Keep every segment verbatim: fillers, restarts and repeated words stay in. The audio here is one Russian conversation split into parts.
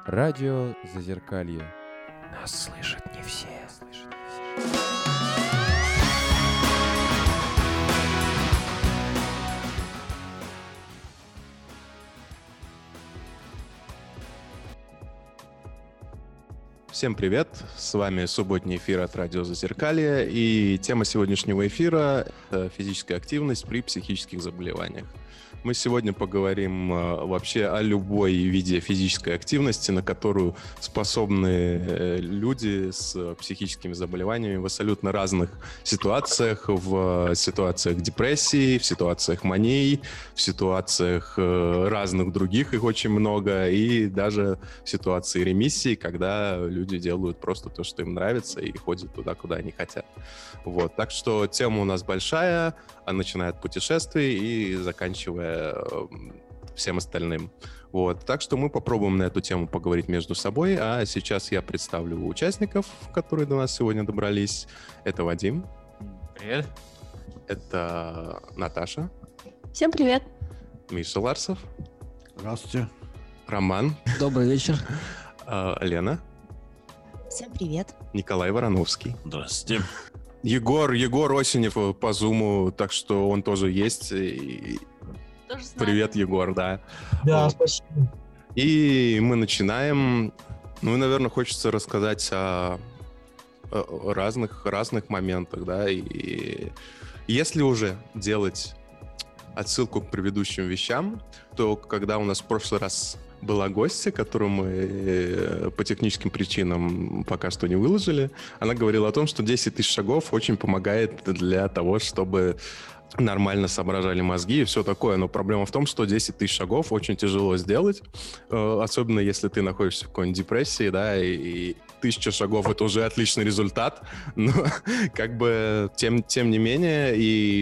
Радио Зазеркалье. Нас слышат не все. Слышат не все. Всем привет! С вами субботний эфир от Радио Зазеркалье, и тема сегодняшнего эфира — это физическая активность при психических заболеваниях. Мы сегодня поговорим э, вообще о любой виде физической активности, на которую способны э, люди с психическими заболеваниями в абсолютно разных ситуациях, в ситуациях депрессии, в ситуациях мании, в ситуациях э, разных других, их очень много, и даже в ситуации ремиссии, когда люди делают просто то, что им нравится, и ходят туда, куда они хотят. Вот. Так что тема у нас большая, начиная от путешествий и заканчивая всем остальным. Вот. Так что мы попробуем на эту тему поговорить между собой, а сейчас я представлю участников, которые до нас сегодня добрались. Это Вадим. Привет. Это Наташа. Всем привет. Миша Ларсов. Здравствуйте. Роман. Добрый вечер. Лена. Всем привет. Николай Вороновский. Здравствуйте. Егор, Егор Осенев по Зуму, так что он тоже есть. И... Привет, Егор, да. Да, вот. Спасибо. И мы начинаем. Ну, наверное, хочется рассказать о, о разных, разных моментах, да. И если уже делать отсылку к предыдущим вещам, то когда у нас в прошлый раз была гостья, которую мы по техническим причинам пока что не выложили, она говорила о том, что десять тысяч шагов очень помогает для того, чтобы нормально соображали мозги и все такое. Но проблема в том, что десять тысяч шагов очень тяжело сделать, особенно если ты находишься в какой-нибудь депрессии, да, и тысяча шагов — это уже отличный результат, но как бы тем, тем не менее,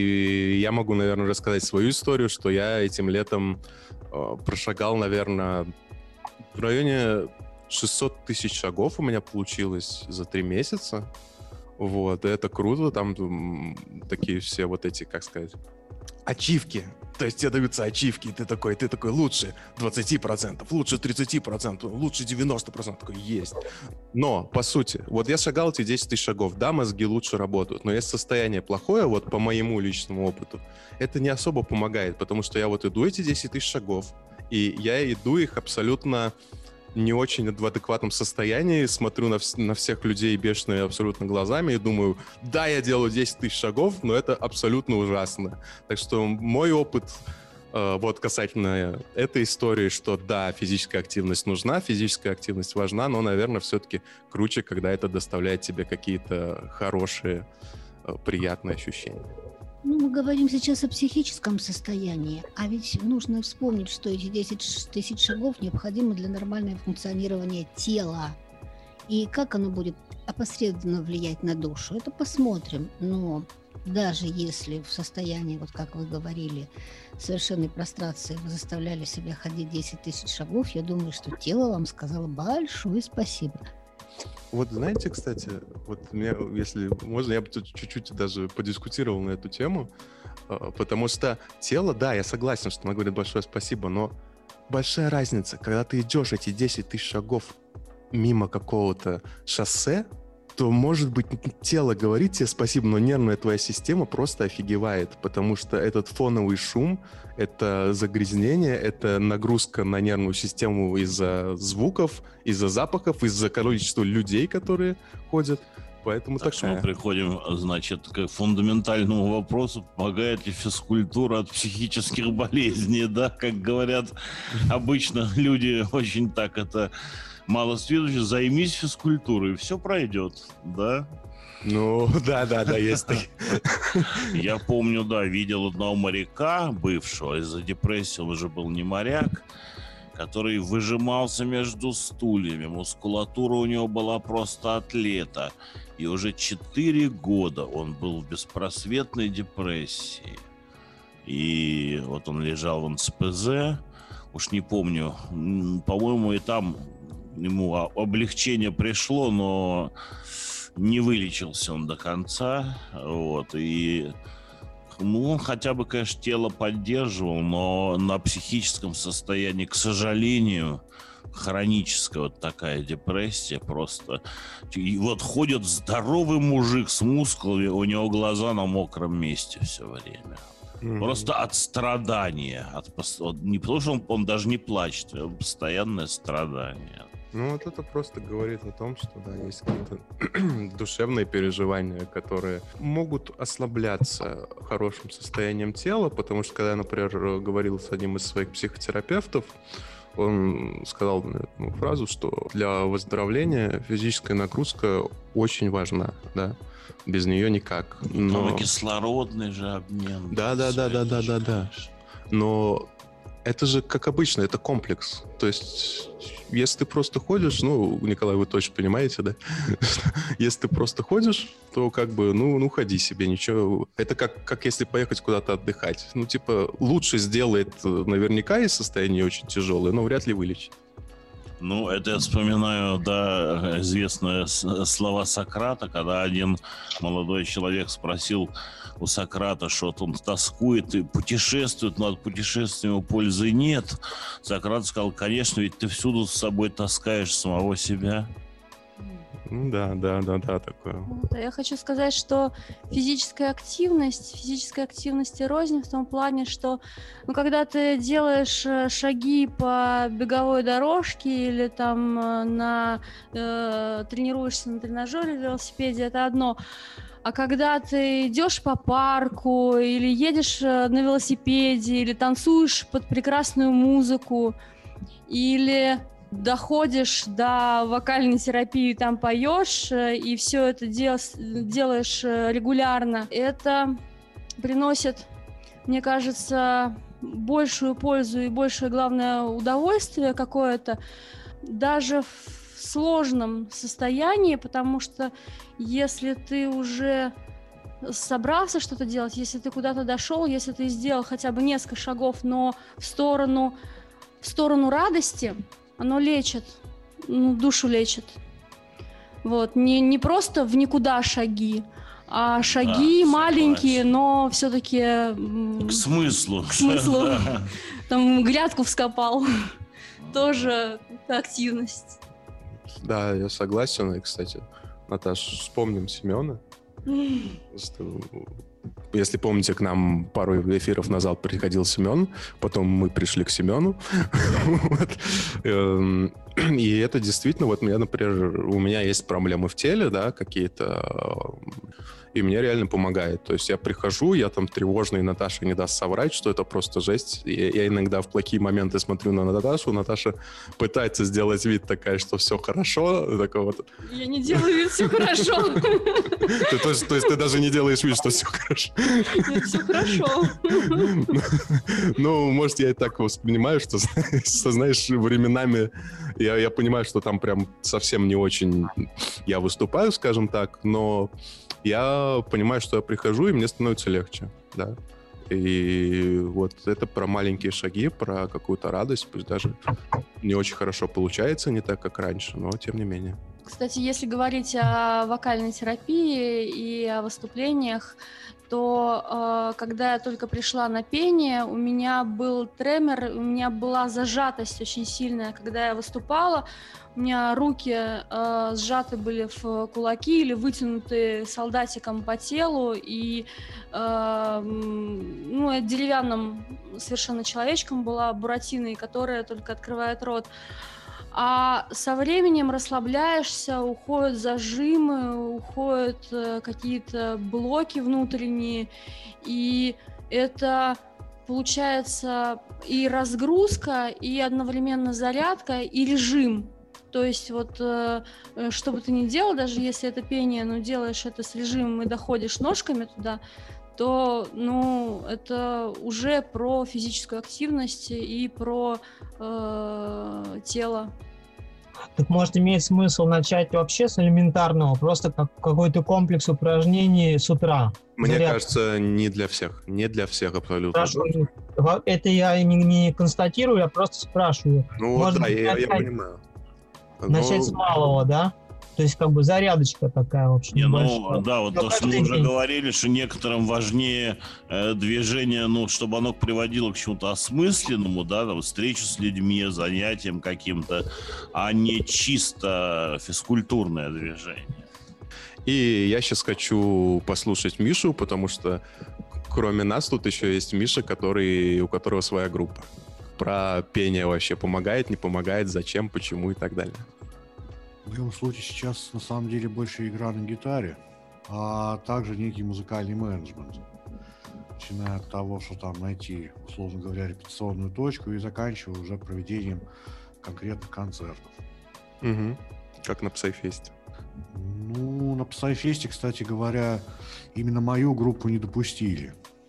и я могу, наверное, рассказать свою историю, что я этим летом прошагал, наверное, в районе шестьсот тысяч шагов у меня получилось за три месяца. Вот, и это круто, там такие все вот эти, как сказать, ачивки. То есть тебе даются ачивки, и ты такой, ты такой лучше двадцать процентов, лучше тридцать процентов, лучше девяносто процентов, такой есть. Но, по сути, вот я шагал эти десять тысяч шагов, да, мозги лучше работают, но если состояние плохое, вот по моему личному опыту, это не особо помогает, потому что я вот иду эти десять тысяч шагов, и я иду их абсолютно не очень в адекватном состоянии, смотрю на, вс- на всех людей бешеными абсолютно глазами и думаю, да, я делаю десять тысяч шагов, но это абсолютно ужасно. Так что мой опыт э, вот касательно этой истории, что да, физическая активность нужна, физическая активность важна, но, наверное, все-таки круче, когда это доставляет тебе какие-то хорошие, э, приятные ощущения. Ну, мы говорим сейчас о психическом состоянии, а ведь нужно вспомнить, что эти десять тысяч шагов необходимы для нормального функционирования тела. И как оно будет опосредованно влиять на душу, это посмотрим. Но даже если в состоянии, вот как вы говорили, совершенной прострации вы заставляли себя ходить десять тысяч шагов, я думаю, что тело вам сказало большое спасибо. Вот знаете, кстати, вот мне, если можно, я бы тут чуть-чуть даже подискутировал на эту тему, потому что тело, да, я согласен, что оно говорит большое спасибо, но большая разница, когда ты идешь эти десять тысяч шагов мимо какого-то шоссе, то, может быть, тело говорит тебе спасибо, но нервная твоя система просто офигевает, потому что этот фоновый шум, это загрязнение, это нагрузка на нервную систему из-за звуков, из-за запахов, из-за количества людей, которые ходят. Поэтому так что мы приходим, значит, к фундаментальному вопросу, помогает ли физкультура от психических болезней, да, как говорят обычно люди, очень так это... малосведущий, займись физкультурой, все пройдет, да? Ну, да-да-да, есть такие. Я помню, да, видел одного моряка, бывшего, из-за депрессии, он уже был не моряк, который выжимался между стульями, мускулатура у него была просто атлета, и уже четыре года он был в беспросветной депрессии. И вот он лежал в эн эс пэ зэ, уж не помню, по-моему, и там ему облегчение пришло, но не вылечился он до конца, вот, и Ну, он хотя бы, конечно, тело поддерживал, но на психическом состоянии, к сожалению, хроническая вот такая депрессия просто. И вот ходит здоровый мужик с мускулами, у него глаза на мокром месте все время. Mm-hmm. Просто от страдания. От, от, не потому что он, он даже не плачет, а постоянное страдание. Ну, вот это просто говорит о том, что, да, есть какие-то душевные переживания, которые могут ослабляться хорошим состоянием тела, потому что, когда я, например, говорил с одним из своих психотерапевтов, он сказал ну, фразу, что для выздоровления физическая нагрузка очень важна, да, без нее никак. Но, Но... кислородный же обмен. Да, да, да, да, да, да, да. Но это же, как обычно, это комплекс. То есть, если ты просто ходишь, ну, Николай, вы точно понимаете, да? Если ты просто ходишь, то как бы, ну, ну, ходи себе, ничего. Это как, как если поехать куда-то отдыхать. Ну, типа, лучше сделает наверняка, и состояние очень тяжелое, но вряд ли вылечит. Ну, это я вспоминаю, да, известные слова Сократа, когда один молодой человек спросил у Сократа, что он тоскует и путешествует, но от путешествия ему пользы нет. Сократ сказал, конечно, ведь ты всюду с собой таскаешь самого себя. Да, да, да, да, такое. Вот, а я хочу сказать, что физическая активность, физическая активность и рознь в том плане, что ну, когда ты делаешь шаги по беговой дорожке или там на, э, тренируешься на тренажере, велосипеде, это одно. А когда ты идешь по парку или едешь на велосипеде, или танцуешь под прекрасную музыку, или доходишь до вокальной терапии, там поешь, и все это дел, делаешь регулярно, это приносит, мне кажется, большую пользу и большее, главное, удовольствие какое-то, даже в сложном состоянии, потому что если ты уже собрался что-то делать, если ты куда-то дошел, если ты сделал хотя бы несколько шагов, но в сторону, в сторону радости, оно лечит, ну, душу лечит. Вот. Не, не просто в никуда шаги, а шаги да, маленькие, согласен. Но все-таки... К смыслу. К смыслу. Там грядку вскопал. Тоже активность. Да, я согласен. И, кстати, Наташ, вспомним Семена. Если помните, к нам пару эфиров назад приходил Семен, потом мы пришли к Семену. И это действительно, вот я, например, у меня есть проблемы в теле, да, какие-то, и мне реально помогает. То есть я прихожу, я там тревожный, Наташа не даст соврать, что это просто жесть. Я, я иногда в плохие моменты смотрю на Наташу, Наташа пытается сделать вид такая, что все хорошо. Такой вот... Я не делаю вид, все хорошо. Ты, то, есть, то есть ты даже не делаешь вид, что все хорошо? Нет, все хорошо. Ну, может, я и так воспринимаю, что, знаешь, временами я, я понимаю, что там прям совсем не очень я выступаю, скажем так, но я понимаю, что я прихожу, и мне становится легче, да. И вот это про маленькие шаги, про какую-то радость, пусть даже не очень хорошо получается, не так, как раньше, но тем не менее. Кстати, если говорить о вокальной терапии и о выступлениях, то э, когда я только пришла на пение, у меня был тремор, у меня была зажатость очень сильная, когда я выступала. У меня руки э, сжаты были в кулаки или вытянуты солдатиком по телу, и э, ну, я деревянным совершенно человечком была, буратиной, которая только открывает рот. А со временем расслабляешься, уходят зажимы, уходят э, какие-то блоки внутренние, и это получается и разгрузка, и одновременно зарядка, и режим. То есть вот э, что бы ты ни делал, даже если это пение, но делаешь это с режимом и доходишь ножками туда, то, ну, это уже про физическую активность и про э, тело. Так может иметь смысл начать вообще с элементарного, просто как какой-то комплекс упражнений с утра? Мне Заряд. кажется, не для всех, не для всех абсолютно. Спрашиваю. Это я не, не констатирую, я просто спрашиваю. Ну может да, быть, я, начать, я понимаю. Начать Но... с малого, да? То есть как бы зарядочка такая, в общем, Не, ну, большая. да, вот Но то, что мы каждый уже день. говорили, что некоторым важнее э, движение, ну, чтобы оно приводило к чему-то осмысленному, да, там, встречу с людьми, занятием каким-то, а не чисто физкультурное движение. И я сейчас хочу послушать Мишу, потому что кроме нас тут еще есть Миша, который, у которого своя группа. Про пение вообще помогает, не помогает, зачем, почему и так далее. В моем случае сейчас на самом деле больше игра на гитаре, а также некий музыкальный менеджмент. Начиная от того, что там найти, условно говоря, репетиционную точку и заканчивая уже проведением конкретных концертов. Угу. Как на Псайфесте. Ну, на Псайфесте, кстати говоря, именно мою группу не допустили.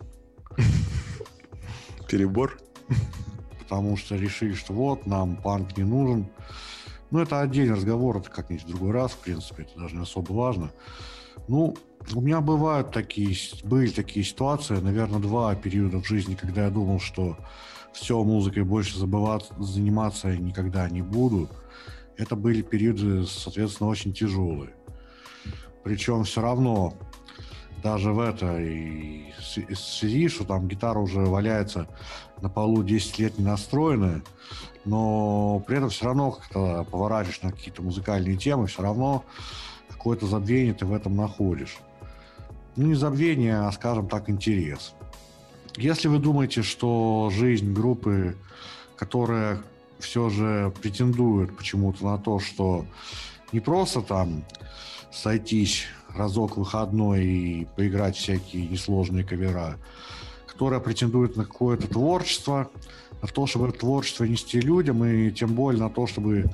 Перебор? Потому что решили, что вот, нам панк не нужен. Ну, это отдельный разговор, это как-нибудь в другой раз, в принципе, это даже не особо важно. Ну, у меня бывают такие, были такие ситуации, наверное, два периода в жизни, когда я думал, что все, музыкой больше забываться, заниматься никогда не буду. Это были периоды, соответственно, очень тяжелые. Причем все равно, даже в этой связи, что там гитара уже валяется на полу десять лет не настроенная, но при этом все равно, когда поворачиваешь на какие-то музыкальные темы, все равно какое-то забвение ты в этом находишь. Ну, не забвение, а, скажем так, интерес. Если вы думаете, что жизнь группы, которая все же претендует почему-то на то, что не просто там сойтись разок в выходной и поиграть всякие несложные кавера, которая претендует на какое-то творчество, на то, чтобы это творчество нести людям, и тем более на то, чтобы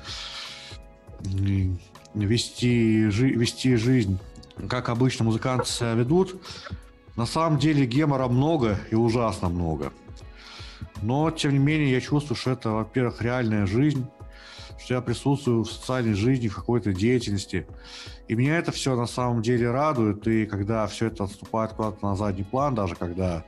вести, жи- вести жизнь, как обычно музыканты себя ведут. На самом деле гемора много и ужасно много. Но, тем не менее, я чувствую, что это, во-первых, реальная жизнь, что я присутствую в социальной жизни, в какой-то деятельности. И меня это все на самом деле радует. И когда все это отступает куда-то на задний план, даже когда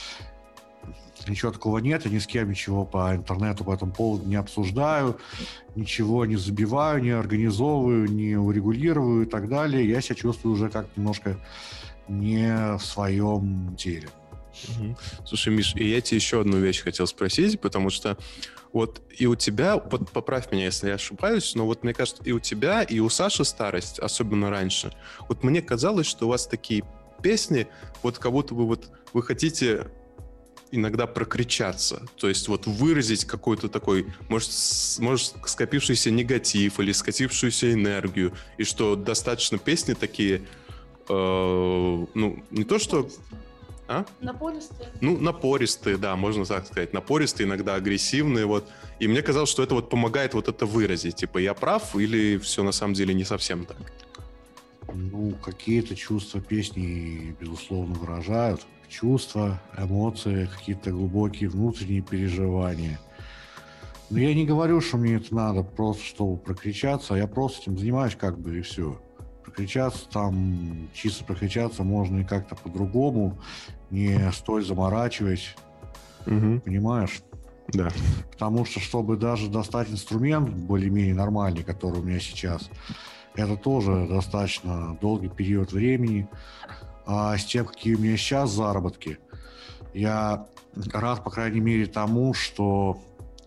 ничего такого нет, я ни с кем ничего по интернету по этому поводу не обсуждаю, ничего не забиваю, не организовываю, не урегулирую и так далее, я себя чувствую уже как немножко не в своем теле. Угу. Слушай, Миш, и я тебе еще одну вещь хотел спросить, потому что вот и у тебя, вот поправь меня, если я ошибаюсь, но вот мне кажется, и у тебя, и у Саши старость, особенно раньше, вот мне казалось, что у вас такие песни, вот как будто бы вот вы хотите иногда прокричаться, то есть вот выразить какой-то такой, может, с, может скопившийся негатив или скопившуюся энергию, и что достаточно песни такие, э, ну, не то что... А? Напористые. Ну, напористые, да, можно так сказать. Напористые, иногда агрессивные, вот. И мне казалось, что это вот помогает вот это выразить. Типа, я прав или все на самом деле не совсем так? Ну, какие-то чувства песни, безусловно, выражают. Чувства, эмоции, какие-то глубокие внутренние переживания. Но я не говорю, что мне это надо просто, чтобы прокричаться, а я просто этим занимаюсь как бы и все. Прокричаться там, чисто прокричаться можно и как-то по-другому, не столь заморачиваясь, Угу. понимаешь? Да. Потому что, чтобы даже достать инструмент более-менее нормальный, который у меня сейчас, это тоже достаточно долгий период времени. А с тем, какие у меня сейчас заработки, я рад, по крайней мере, тому, что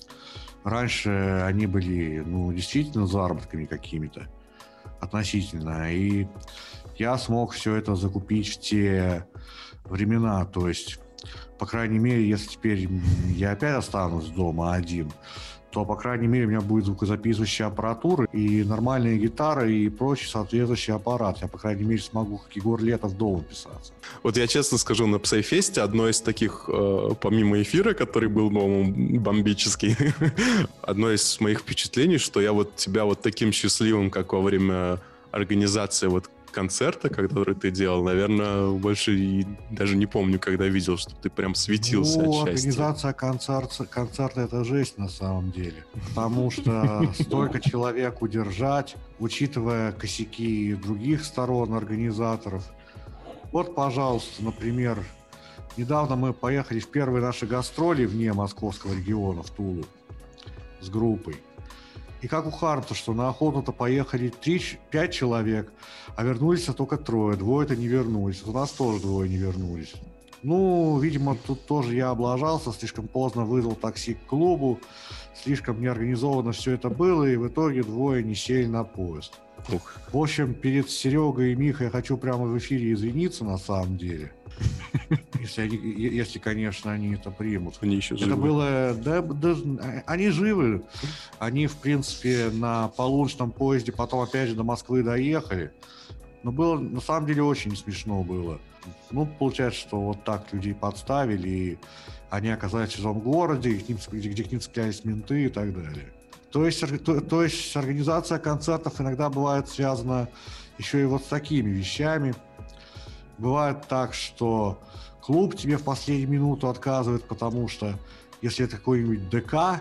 раньше они были, ну, действительно заработками какими-то относительно. И я смог все это закупить в те времена. То есть, по крайней мере, если теперь я опять останусь дома один, то, по крайней мере, у меня будет звукозаписывающая аппаратура и нормальная гитара и прочий соответствующий аппарат. Я, по крайней мере, смогу, как Егор Летов, дома писаться. Вот я честно скажу, на Псайфесте одно из таких, э, помимо эфира, который был, по-моему, бомбический, одно из моих впечатлений, что я вот тебя вот таким счастливым, как во время организации вот концерта, который ты делал, наверное, больше и даже не помню, когда видел, что ты прям светился Ну, от счастья. организация концерта, концерта — это жесть на самом деле. Потому что столько человек удержать, учитывая косяки других сторон организаторов. Вот, пожалуйста, например, недавно мы поехали в первые наши гастроли вне московского региона, в Тулу, с группой. И как у Хармса, что на охоту-то поехали пять человек, а вернулись только трое. Двое-то не вернулись. У нас тоже двое не вернулись. Ну, видимо, тут тоже я облажался, слишком поздно вызвал такси к клубу, слишком неорганизованно все это было, и в итоге двое не сели на поезд. Ух. В общем, перед Серегой и Михой я хочу прямо в эфире извиниться на самом деле. Если, они, если, конечно, они это примут. Они еще это живы. было, да, да, они живы. Они, в принципе, на полуночном поезде потом опять же до Москвы доехали. Но было, на самом деле, очень смешно было. Ну, получается, что вот так людей подставили, и они оказались в чужом городе, и к ним, где к ним цеплялись менты и так далее. То есть, то, то есть организация концертов иногда бывает связана еще и вот с такими вещами. Бывает так, что клуб тебе в последнюю минуту отказывает, потому что если это какой-нибудь ДК,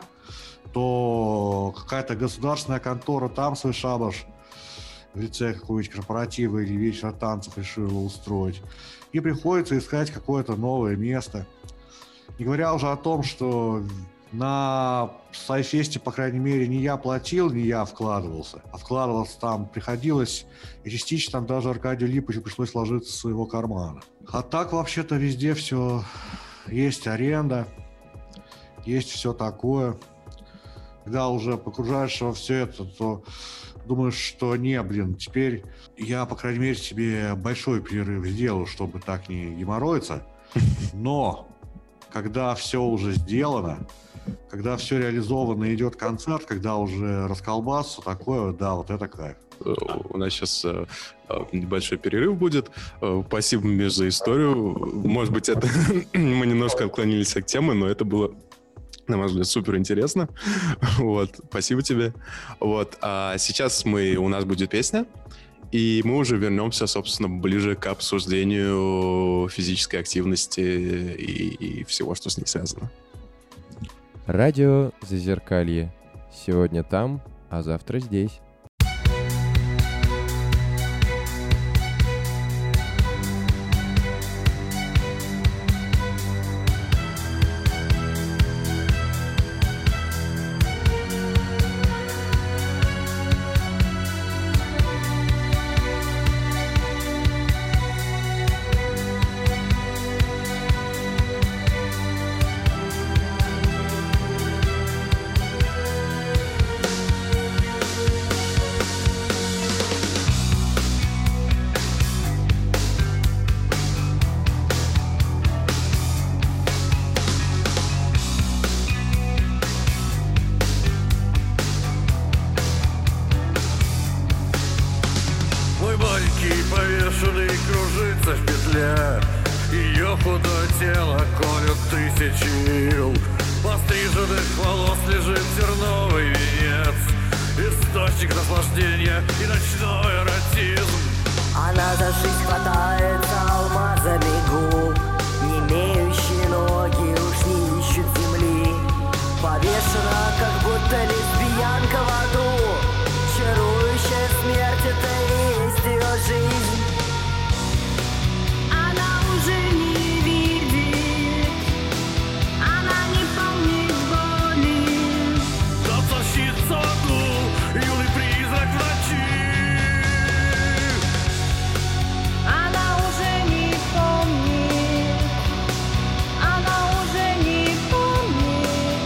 то какая-то государственная контора там свой шабаш в лице какого-нибудь корпоратива или вечера танцев решила устроить. И приходится искать какое-то новое место. Не говоря уже о том, что на Сайфесте, по крайней мере, не я платил, не я вкладывался, а вкладывался там приходилось, и частично там даже Аркадию Липовичу пришлось ложиться из своего кармана. А так вообще-то везде все есть аренда, есть все такое. Когда уже погружаешься во все это, то думаешь, что не, блин, теперь я, по крайней мере, себе большой перерыв сделаю, чтобы так не геморроиться. Но когда все уже сделано, когда все реализовано, идет концерт, когда уже расколбасу, такое, да, вот это кайф. У нас сейчас э, небольшой перерыв будет. Э, спасибо, Миш, за историю. Может быть, это мы немножко отклонились от темы, но это было, на мой взгляд, супер интересно. Вот, спасибо тебе. Вот, а сейчас мы, у нас будет песня, и мы уже вернемся, собственно, ближе к обсуждению физической активности и, и всего, что с ней связано. Радио Зазеркалье. Сегодня там, а завтра здесь. Повешенный кружится в петле, ее худое тело колют тысячи ил. Постриженных волос лежит терновый венец, источник наслаждения и ночной эротизм. Она за жизнь хватается алмазами губ, не имеющие ноги уж не ищут земли. Повешена, как будто лесбиянка в аду, чарующая смерть — это и есть ее жизнь. Она уже не видит, она не помнит боли. Танцовщица в аду, юный призрак в ночи. Она уже не помнит, она уже не помнит.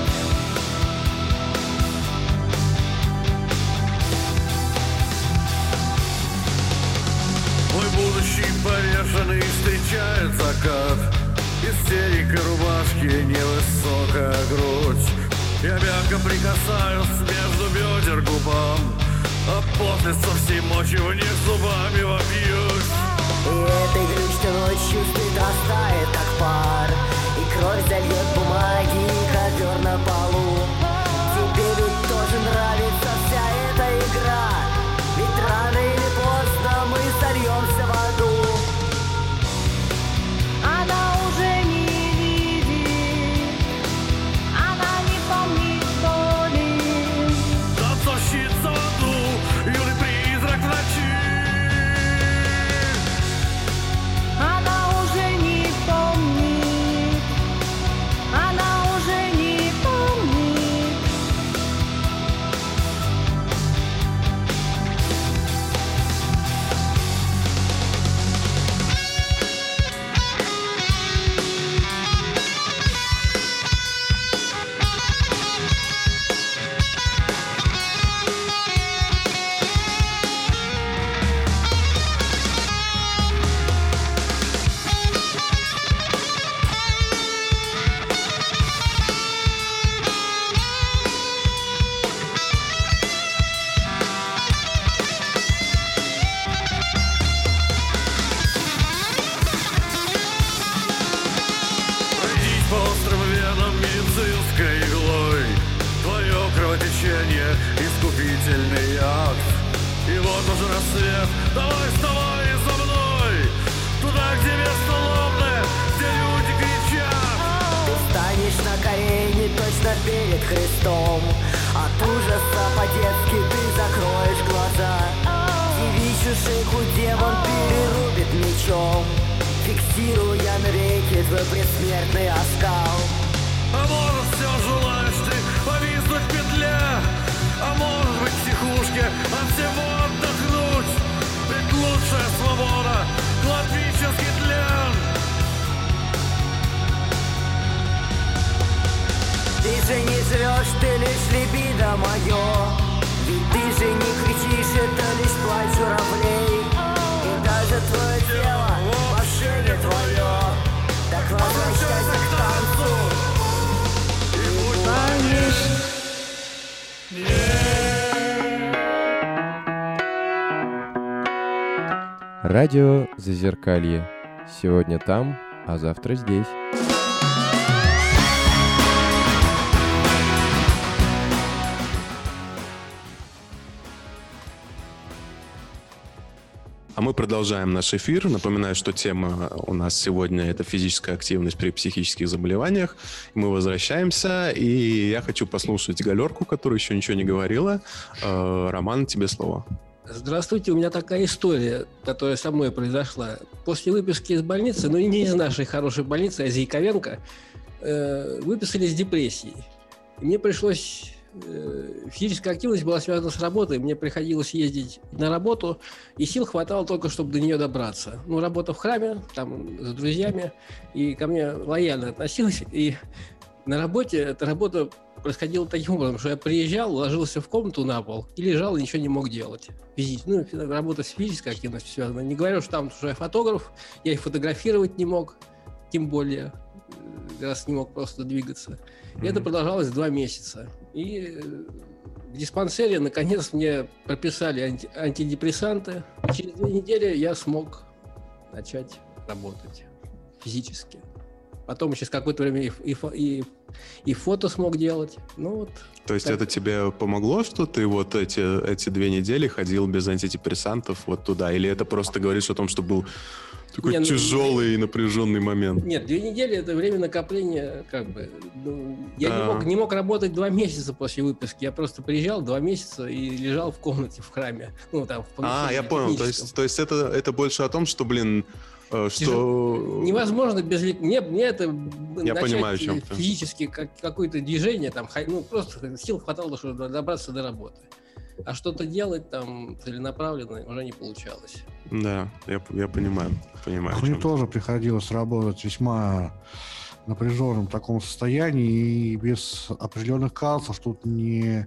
Мой будущий повешенный встречает закат. Истерика рубашки, невысокая грудь. Я мягко прикасаюсь между бедер губам, а после со всей мочи в них зубами вопьюсь. И этой глючной ночью стыд растает, как пар, и кровь зальет бумаги и ковер на полу. Тебе ведь тоже нравится вся эта игра, ведь рано или поздно мы сольемся в аду. Она уже не видит, она не помнит боли. Танцовщица в аду, юный призрак в ночи. Она уже не помнит, она уже твой предсмертный оскал. А может, все желаешь ты повиснуть в петле, а может быть, в психушке от всего отдохнуть. Ведь лучшая свобода — классический тлен. Ты же не живешь, ты лишь либидо мое. Ведь ты же не кричишь, это лишь плач журавлей. И даже твое тело вообще не твое. Так возвращайся к танцу и будь помнишь. Радио Зазеркалье. Сегодня там, а завтра здесь. А мы продолжаем наш эфир. Напоминаю, что тема у нас сегодня — это физическая активность при психических заболеваниях. Мы возвращаемся, и я хочу послушать Галерку, которая еще ничего не говорила. Роман, тебе слово. Здравствуйте, у меня такая история, которая со мной произошла. После выписки из больницы, ну не из нашей хорошей больницы, а из Яковенко, э, выписали с депрессией. И мне пришлось... Физическая активность была связана с работой. Мне приходилось ездить на работу, и сил хватало только, чтобы до нее добраться. Ну, работа в храме, там, с друзьями, и ко мне лояльно относилась. И на работе эта работа происходила таким образом, что я приезжал, ложился в комнату на пол и лежал, и ничего не мог делать. Физически. Ну, работа с физической активностью связана. Не говорю, что там, что я фотограф, я их фотографировать не мог, тем более, раз не мог просто двигаться. И это продолжалось два месяца. И в диспансере, наконец, мне прописали анти- антидепрессанты. И через две недели я смог начать работать физически. Потом через какое-то время и, и, и, и фото смог делать. Ну, вот, То есть так. это тебе помогло, что ты вот эти, эти две недели ходил без антидепрессантов вот туда? Или это просто говоришь о том, что был такой не, тяжелый ну, и напряженный момент? Нет, две недели – это время накопления, как бы. Ну, я А-а-а. не мог, не мог работать два месяца после выписки. Я просто приезжал два месяца и лежал в комнате в храме. Ну, там, в А, я понял. То есть, то есть это, это больше о том, что, блин, что... Невозможно без... Мне, мне это я начать понимаю, о чем ты. Физически как, какое-то движение, там, ну, просто сил хватало, чтобы добраться до работы. А что-то делать там целенаправленно уже не получалось. Да, я, я понимаю. понимаю Мне тоже приходилось работать в весьма напряженном таком состоянии, и без определенных кассов тут не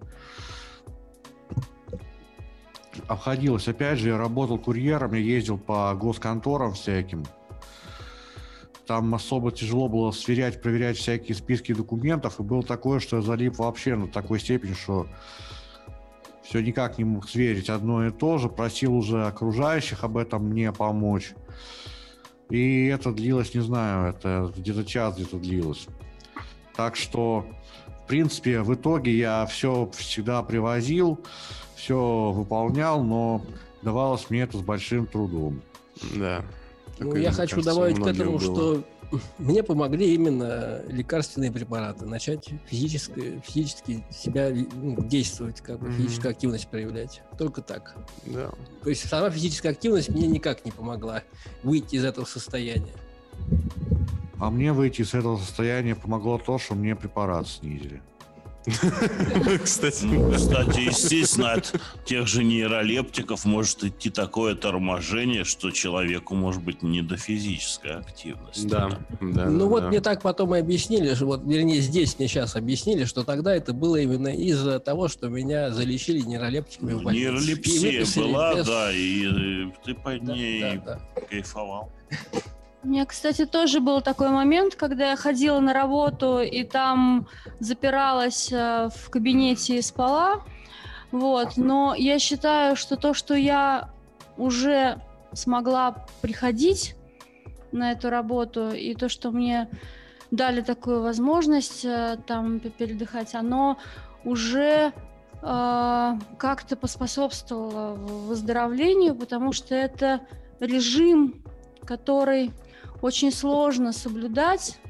обходилось. Опять же, я работал курьером, я ездил по госконторам всяким. Там особо тяжело было сверять, проверять всякие списки документов, и было такое, что я залип вообще на такой степени, что все никак не мог сверить одно и то же, просил уже окружающих об этом мне помочь. И это длилось, не знаю, это где-то час где-то длилось. Так что, в принципе, в итоге я все всегда привозил, все выполнял, но давалось мне это с большим трудом. Да. Ну, я хочу кажется, добавить к этому, было. что мне помогли именно лекарственные препараты. Начать физически, физически себя ну, действовать, как бы mm-hmm. физическую активность проявлять. Только так. Да. То есть сама физическая активность мне никак не помогла выйти из этого состояния. А мне выйти из этого состояния помогло то, что мне препарат снизили. Кстати. Ну, кстати, естественно, от тех же нейролептиков может идти такое торможение, что человеку может быть не до физической активности. Да, да. Ну да, вот да. мне так потом и объяснили, что вот, вернее, здесь мне сейчас объяснили, что тогда это было именно из-за того, что меня залечили нейролептиками в больнице. Нейролепсия была, без... да, и ты под да, ней да, да. кайфовал. У меня, кстати, тоже был такой момент, когда я ходила на работу и там запиралась в кабинете и спала. Вот. Но я считаю, что то, что я уже смогла приходить на эту работу, и то, что мне дали такую возможность там передыхать, оно уже э, как-то поспособствовало выздоровлению, потому что это режим, который очень сложно соблюдать,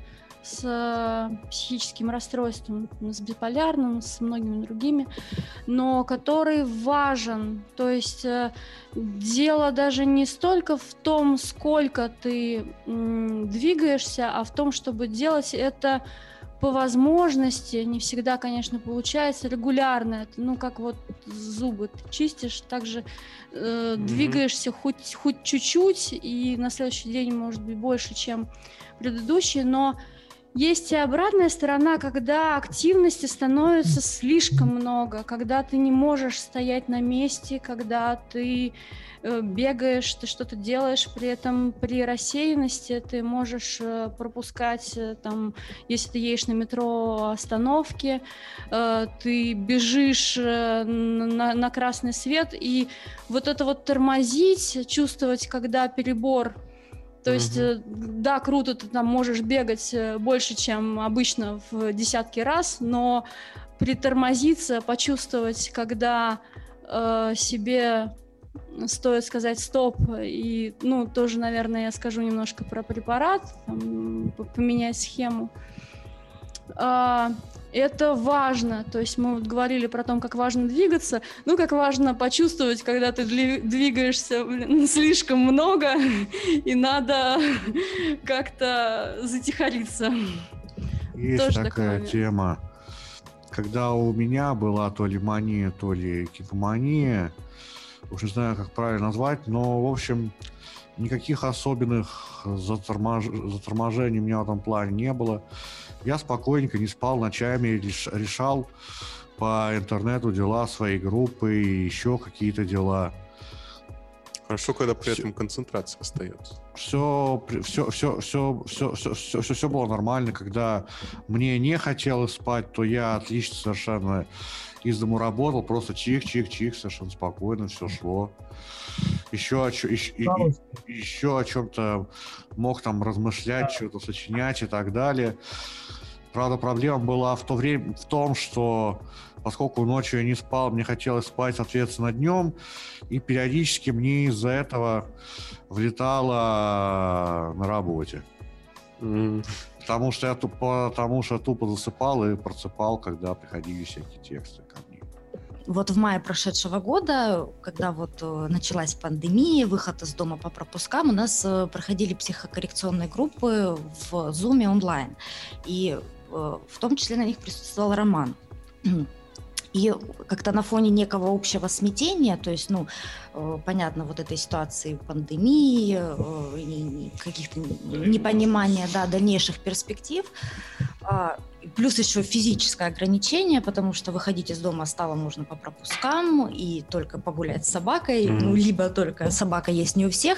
с э, психическим расстройством, с биполярным, с многими другими, но который важен. То есть э, дело даже не столько в том, сколько ты м, двигаешься, а в том, чтобы делать это по возможности. Не всегда, конечно, получается регулярно. Это, ну, как вот зубы ты чистишь, также э, mm-hmm. двигаешься хоть, хоть чуть-чуть, и на следующий день может быть больше, чем предыдущий, но есть и обратная сторона, когда активности становится слишком много, когда ты не можешь стоять на месте, когда ты э, бегаешь, ты что-то делаешь, при этом при рассеянности ты можешь э, пропускать, э, там, если ты едешь на метро, остановки, э, ты бежишь э, на, на красный свет, и вот это вот тормозить, чувствовать, когда перебор. То есть, uh-huh. да, круто, ты там можешь бегать больше, чем обычно в десятки раз, но притормозиться, почувствовать, когда э, себе стоит сказать стоп, и, ну, тоже, наверное, я скажу немножко про препарат, там, поменять схему. Э, Это важно, то есть мы вот говорили про то, как важно двигаться, ну, как важно почувствовать, когда ты двигаешься, блин, слишком много, и надо как-то затихариться. Есть Тоже такая тема, когда у меня была то ли мания, то ли кипомания, уж не знаю, как правильно назвать, но, в общем, никаких особенных затормож... заторможений у меня в этом плане не было. Я спокойненько не спал ночами, решал по интернету дела своей группы и еще какие-то дела. Хорошо, когда при все, этом концентрация остается. Все, все, все, все, все, все, все, все, все было нормально. Когда мне не хотелось спать, то я отлично совершенно из дому работал, просто чих-чих-чих, совершенно спокойно все шло. Еще о, еще, еще о чем-то мог там размышлять, что-то сочинять и так далее. Правда, проблема была в то время в том, что поскольку ночью я не спал, мне хотелось спать, соответственно, днем, и периодически мне из-за этого влетало на работе. Mm. Потому что я тупо, потому что тупо засыпал и просыпал, когда приходили всякие тексты ко мне. Вот в мае прошедшего года, когда вот началась пандемия, выход из дома по пропускам, у нас проходили психокоррекционные группы в Zoom онлайн. И в том числе на них присутствовал Роман. И как-то на фоне некого общего смятения, то есть, ну, понятно, вот этой ситуации пандемии, каких-то непонимания, да, дальнейших перспектив, плюс еще физическое ограничение, потому что выходить из дома стало можно по пропускам и только погулять с собакой, mm-hmm. ну, либо только собака есть не у всех.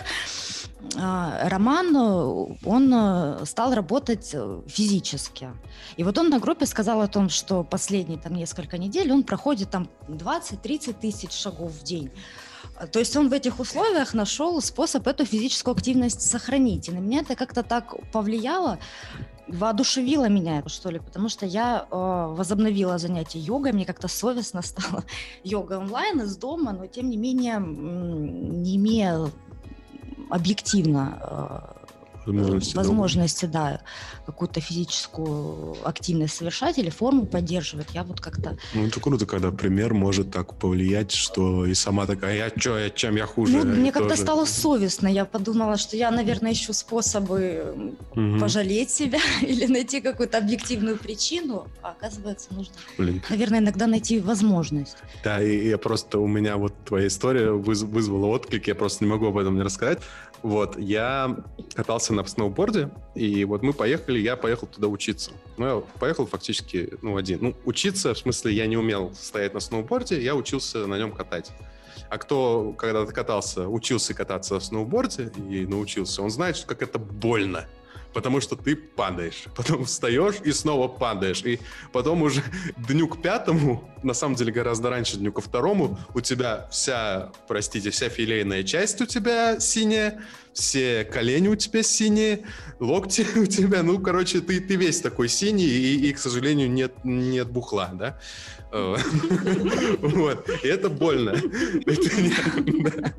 Роман, он стал работать физически. И вот он на группе сказал о том, что последние там несколько недель он проходит там двадцать-тридцать тысяч шагов в день. То есть он в этих условиях нашел способ эту физическую активность сохранить. И на меня это как-то так повлияло, воодушевило меня, что ли, потому что я э, возобновила занятия йогой, мне как-то совестно стало. Йога онлайн из дома, но тем не менее, не имея объективно э, возможности, возможности да, какую-то физическую активность совершать или форму поддерживать, я вот как-то... Ну, это круто, когда пример может так повлиять, что и сама такая, я чё, я, чем я хуже? Ну, мне тоже... как-то стало совестно, я подумала, что я, наверное, ищу способы угу. пожалеть себя или найти какую-то объективную причину, а оказывается, нужно, Блин. наверное, иногда найти возможность. Да, и я просто, у меня вот твоя история выз- вызвала отклик, я просто не могу об этом не рассказать. Вот, я катался на сноуборде, и вот мы поехали, я поехал туда учиться. Ну, я поехал фактически, ну, один. Ну, учиться, в смысле, я не умел стоять на сноуборде, я учился на нем катать. А кто когда-то катался, учился кататься на сноуборде и научился, он знает, что как это больно. Потому что ты падаешь, потом встаешь и снова падаешь. И потом уже дню к пятому, на самом деле гораздо раньше дню ко второму, у тебя вся, простите, вся филейная часть у тебя синяя, все колени у тебя синие, локти у тебя, ну, короче, ты, ты весь такой синий, и, и, к сожалению, нет, нет бухла, да? Вот. И это больно.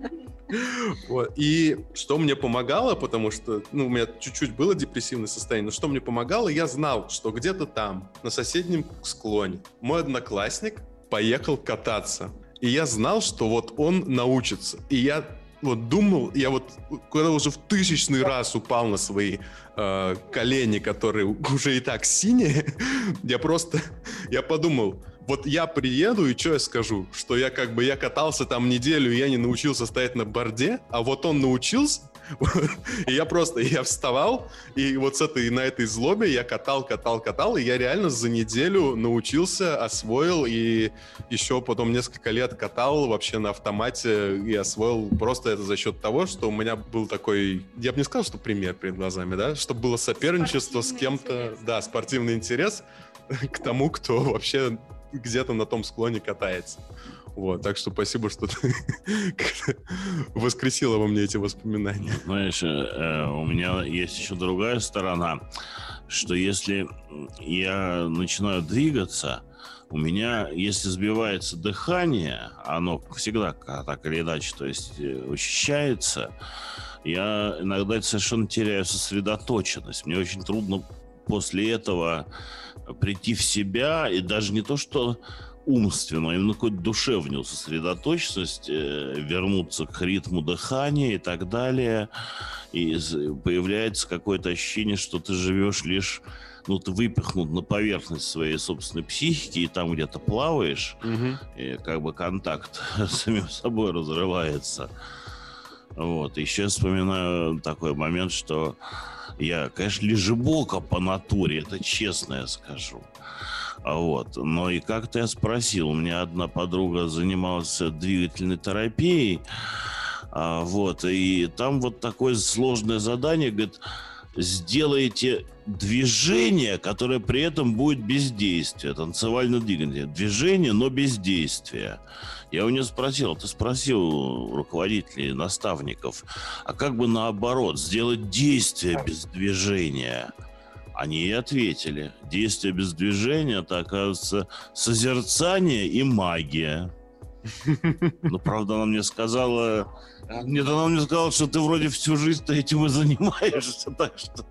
Вот. И что мне помогало, потому что ну, у меня чуть-чуть было депрессивное состояние, но что мне помогало, я знал, что где-то там, на соседнем склоне, мой одноклассник поехал кататься. И я знал, что вот он научится. И я вот думал, я вот когда уже в тысячный раз упал на свои э, колени, которые уже и так синие, я просто, я подумал, вот я приеду, и что я скажу? Что я как бы, я катался там неделю, и я не научился стоять на борде, а вот он научился, и я просто, я вставал, и вот с этой, на этой злобе я катал, катал, катал, и я реально за неделю научился, освоил, и еще потом несколько лет катал вообще на автомате, и освоил просто это за счет того, что у меня был такой, я бы не сказал, что пример перед глазами, да, чтобы было соперничество с кем-то, интерес. Да, спортивный интерес к тому, кто вообще где-то на том склоне катается. Вот, так что спасибо, что ты воскресила во мне эти воспоминания. Знаешь, у меня есть еще другая сторона, что если я начинаю двигаться, у меня, если сбивается дыхание, оно всегда так или иначе, то есть учащается, я иногда совершенно теряю сосредоточенность. Мне очень трудно после этого прийти в себя, и даже не то, что умственную, а именно какую-то душевную сосредоточенность, э, вернуться к ритму дыхания и так далее. И появляется какое-то ощущение, что ты живешь лишь, ну, ты выпихнут на поверхность своей собственной психики, и там где-то плаваешь, угу. И как бы контакт с самим собой разрывается. Вот. Еще я вспоминаю такой момент, что я, конечно, лежебока по натуре, это честно я скажу. Вот. Но и как-то я спросил, у меня одна подруга занималась двигательной терапией, а, вот, и там вот такое сложное задание, говорит, сделайте движение, которое при этом будет бездействие, танцевальное движение, движение, но бездействие. Я у нее спросил, ты спросил у руководителей, наставников, а как бы наоборот, сделать действие без движения? Они и ответили, действие без движения, это, оказывается, созерцание и магия. Ну, правда, она мне сказала, нет, она мне сказала, что ты вроде всю жизнь этим и занимаешься, так что...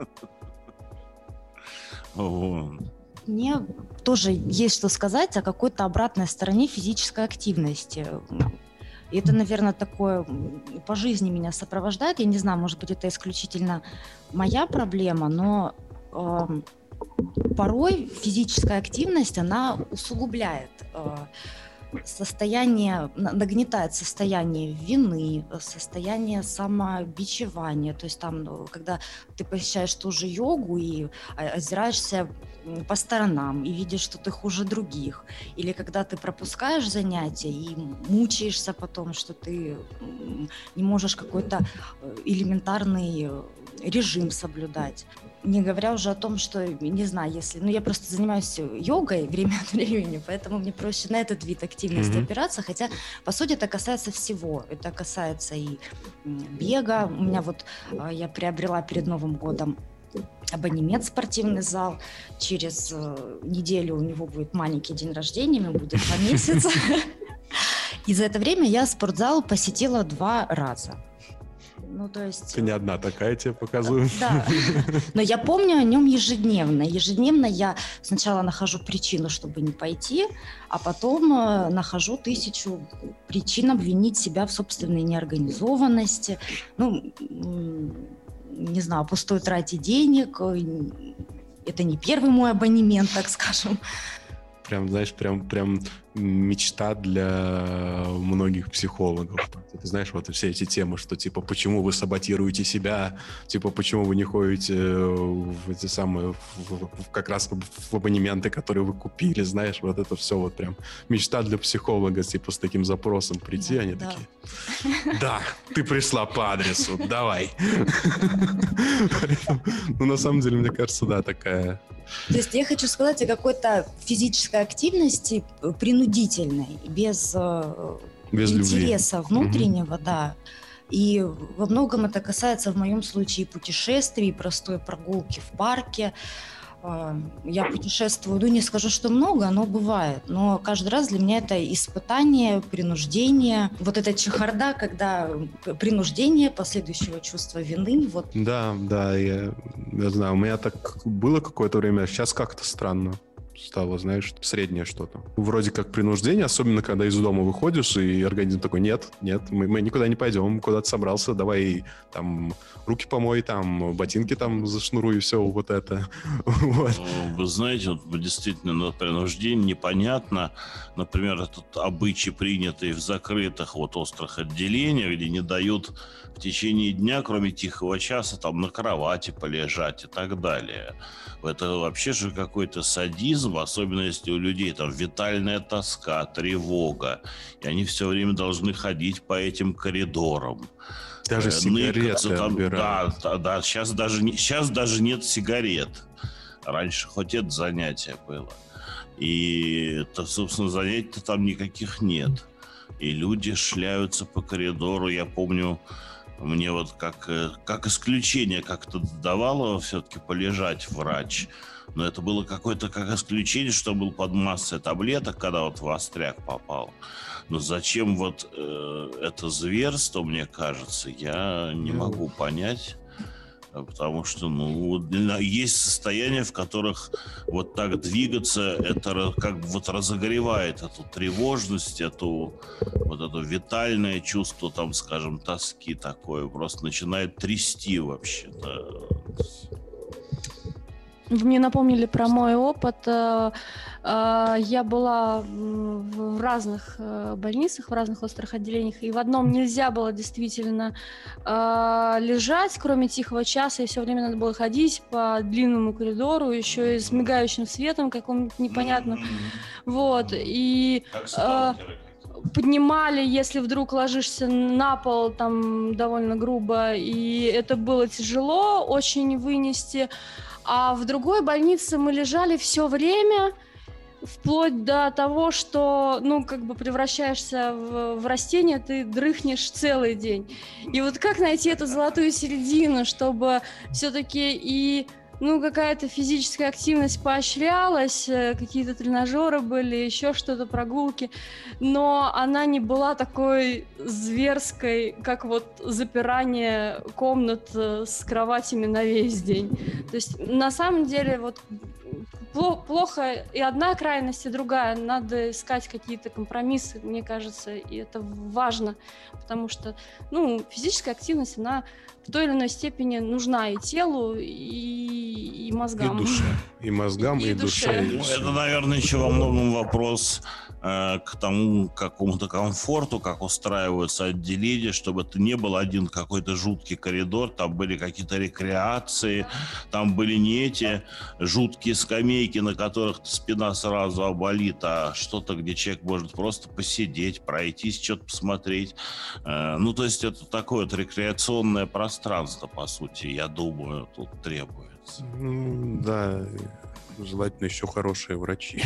Мне тоже есть что сказать о какой-то обратной стороне физической активности. И это, наверное, такое по жизни меня сопровождает. Я не знаю, может быть, это исключительно моя проблема, но э, порой физическая активность, она усугубляет э, состояние, нагнетает состояние вины, состояние самобичевания. То есть там, когда ты посещаешь ту же йогу и озираешься по сторонам и видишь, что ты хуже других. Или когда ты пропускаешь занятия и мучаешься потом, что ты не можешь какой-то элементарный режим соблюдать. Не говоря уже о том, что, не знаю, если... Ну, я просто занимаюсь йогой время от времени, поэтому мне проще на этот вид активности mm-hmm. опираться, хотя, по сути, это касается всего. Это касается и бега. У меня вот... Я приобрела перед Новым годом абонемент в спортивный зал. Через неделю у него будет маленький день рождения, ему будет два месяца. И за это время я спортзал посетила два раза. Ну, то есть... Ты не одна такая, тебе показываю. Да, но я помню о нем ежедневно. Ежедневно я сначала нахожу причину, чтобы не пойти, а потом нахожу тысячу причин обвинить себя в собственной неорганизованности. Ну, не знаю, пустой трате денег. Это не первый мой абонемент, так скажем. Прям, знаешь, прям, прям мечта для многих психологов. Ты знаешь, вот все эти темы, что типа, почему вы саботируете себя, типа, почему вы не ходите в эти самые, в, в, как раз в абонементы, которые вы купили, знаешь, вот это все вот прям мечта для психолога, типа, с таким запросом прийти, да, они да. такие, да, ты пришла по адресу, давай. Ну, на самом деле, мне кажется, да, такая... То есть я хочу сказать о какой-то физической активности принудительной, без, без интереса любви. Внутреннего, угу. да. И во многом это касается в моем случае путешествий, простой прогулки в парке. А, Я путешествую, ну не скажу, что много, но бывает. Но каждый раз для меня это испытание, принуждение. Вот эта чехарда, когда принуждение, последующего чувства вины. Вот. Да, да, я, я знаю, у меня так было какое-то время, а сейчас как-то странно стало, знаешь, среднее что-то. Вроде как принуждение, особенно когда из дома выходишь, и организм такой, нет, нет, мы, мы никуда не пойдем, куда-то собрался, давай там руки помой, там ботинки там зашнуруй, и все вот это. Вот. Вы знаете, вот действительно, на принуждение непонятно. Например, этот обычай, принятый в закрытых вот острых отделениях, где не дают в течение дня, кроме тихого часа, там на кровати полежать и так далее. Это вообще же какой-то садизм, особенно если у людей там витальная тоска, тревога, и они все время должны ходить по этим коридорам. Даже сигареты там, отбирают. Да, да, сейчас даже, не, сейчас даже нет сигарет. Раньше хоть это занятие было. И, то, собственно, занятий там никаких нет. И люди шляются по коридору. Я помню, мне вот как, как исключение как-то давало все-таки полежать врач. Но это было какое-то как исключение, что был под массой таблеток, когда вот в остряк попал. Но зачем вот э, это зверство, мне кажется, я не могу понять. Потому что, ну, есть состояния, в которых вот так двигаться, это как бы вот разогревает эту тревожность, эту вот это витальное чувство, там, скажем, тоски такое, просто начинает трясти вообще-то. Вы мне напомнили про мой опыт. Я была в разных больницах, в разных острых отделениях, и в одном нельзя было действительно лежать, кроме тихого часа, и все время надо было ходить по длинному коридору, еще и с мигающим светом каком-то непонятным. Вот, и поднимали, если вдруг ложишься на пол, там довольно грубо, и это было тяжело очень вынести. А в другой больнице мы лежали все время, вплоть до того, что, ну, как бы превращаешься в, в растение, ты дрыхнешь целый день. И вот как найти эту золотую середину, чтобы все-таки и, ну, какая-то физическая активность поощрялась, какие-то тренажеры были, еще что-то, прогулки, но она не была такой зверской, как вот запирание комнат с кроватями на весь день. То есть на самом деле вот плохо и одна крайность, и другая. Надо искать какие-то компромиссы, мне кажется, и это важно, потому что, ну, физическая активность, она в той или иной степени нужна и телу, и, и мозгам. И душе. И мозгам, и, и душе. душе. Это, наверное, еще во многом вопрос э, к тому какому-то комфорту, как устраиваются отделения, чтобы это не был один какой-то жуткий коридор, там были какие-то рекреации, там были не эти жуткие скамейки, на которых спина сразу оболит, а что-то, где человек может просто посидеть, пройтись, что-то посмотреть. Э, ну, то есть это такое вот рекреационное пространство. Пространство, по сути, я думаю, тут требуется. Ну, да, желательно еще хорошие врачи.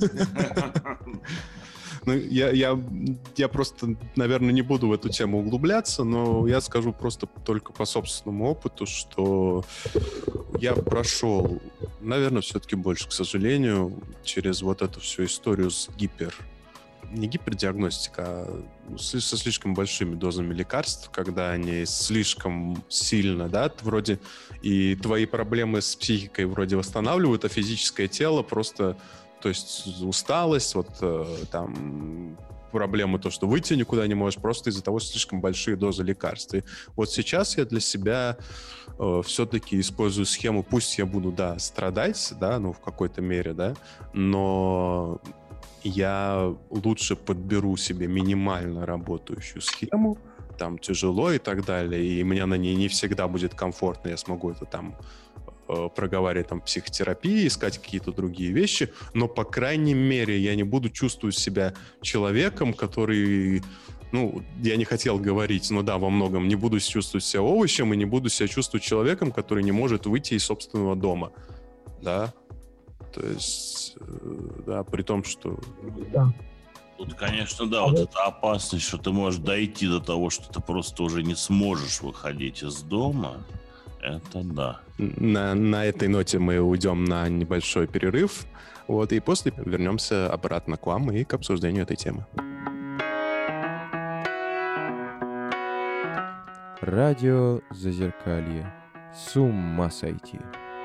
Ну, я, я, я просто, наверное, не буду в эту тему углубляться, но я скажу просто только по собственному опыту, что я прошел, наверное, все-таки больше, к сожалению, через вот эту всю историю с гипер... не гипердиагностика, а со слишком большими дозами лекарств, когда они слишком сильно, да, вроде и твои проблемы с психикой вроде восстанавливают, а физическое тело просто, то есть усталость, вот там проблемы, то, что выйти никуда не можешь, просто из-за того, что слишком большие дозы лекарств. И вот сейчас я для себя э, все-таки использую схему, пусть я буду, да, страдать, да, ну, в какой-то мере, да, но я лучше подберу себе минимально работающую схему, там тяжело и так далее, и мне на ней не всегда будет комфортно, я смогу это там э, проговаривать там психотерапии, искать какие-то другие вещи, но, по крайней мере, я не буду чувствовать себя человеком, который, ну, я не хотел говорить, но да, во многом не буду чувствовать себя овощем и не буду себя чувствовать человеком, который не может выйти из собственного дома, да. То есть, да, при том, что... Да. Тут, конечно, да, вот эта опасность, что ты можешь дойти до того, что ты просто уже не сможешь выходить из дома. Это да. На, на этой ноте мы уйдем на небольшой перерыв. Вот, и после вернемся обратно к вам и к обсуждению этой темы. Радио Зазеркалье. С ума сойти.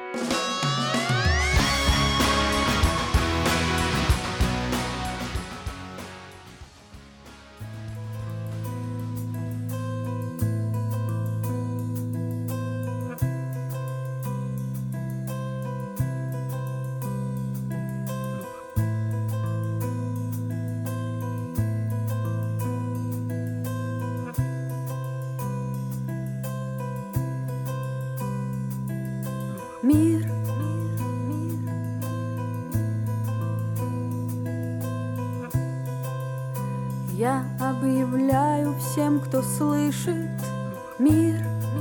Мир, я объявляю всем, кто слышит, мир,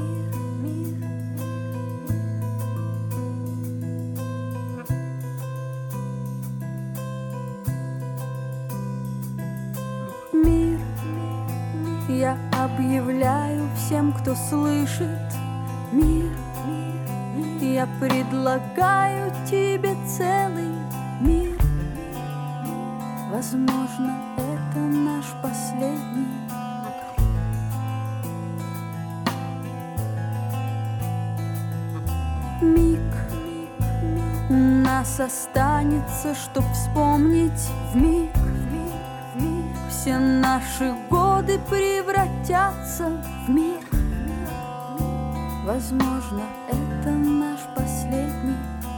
мир, я объявляю всем, кто слышит, мир. Я предлагаю тебе целый мир. Возможно, это наш последний. Миг. Нас останется, чтоб вспомнить вмиг. Все наши годы превратятся в мир. Возможно, это наш последний.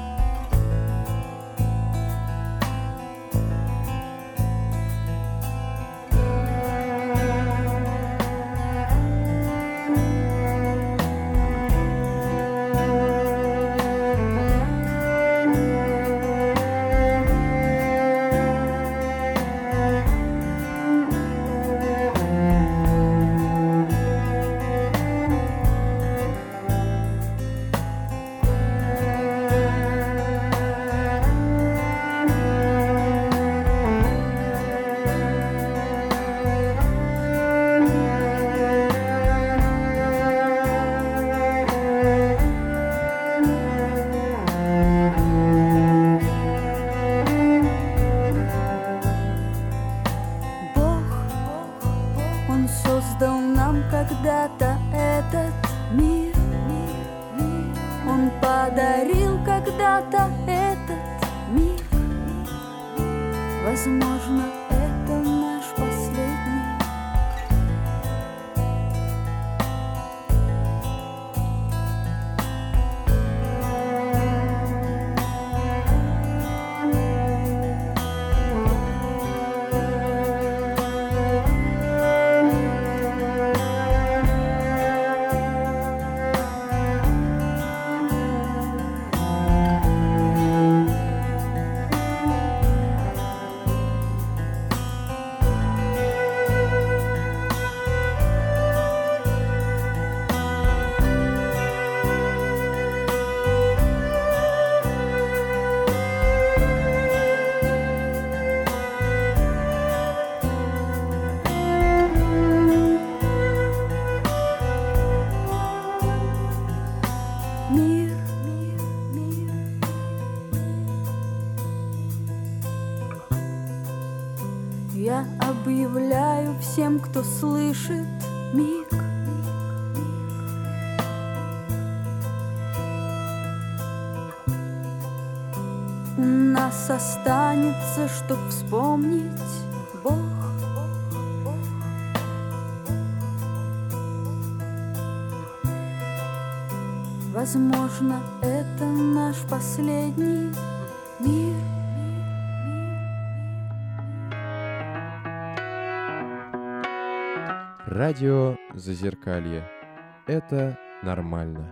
Когда-то этот мир, он подарил когда-то этот мир. Возможно, это наш последний. Я объявляю всем, кто слышит, миг. Нас останется, чтоб вспомнить Бог. Возможно, это наш последний мир. Радио Зазеркалье. Это нормально.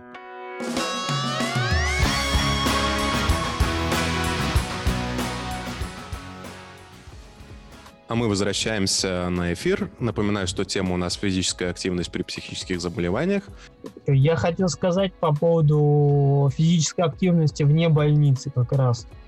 А мы возвращаемся на эфир. Напоминаю, что тема у нас физическая активность при психических заболеваниях. Я хотел сказать по поводу физической активности вне больницы как раз.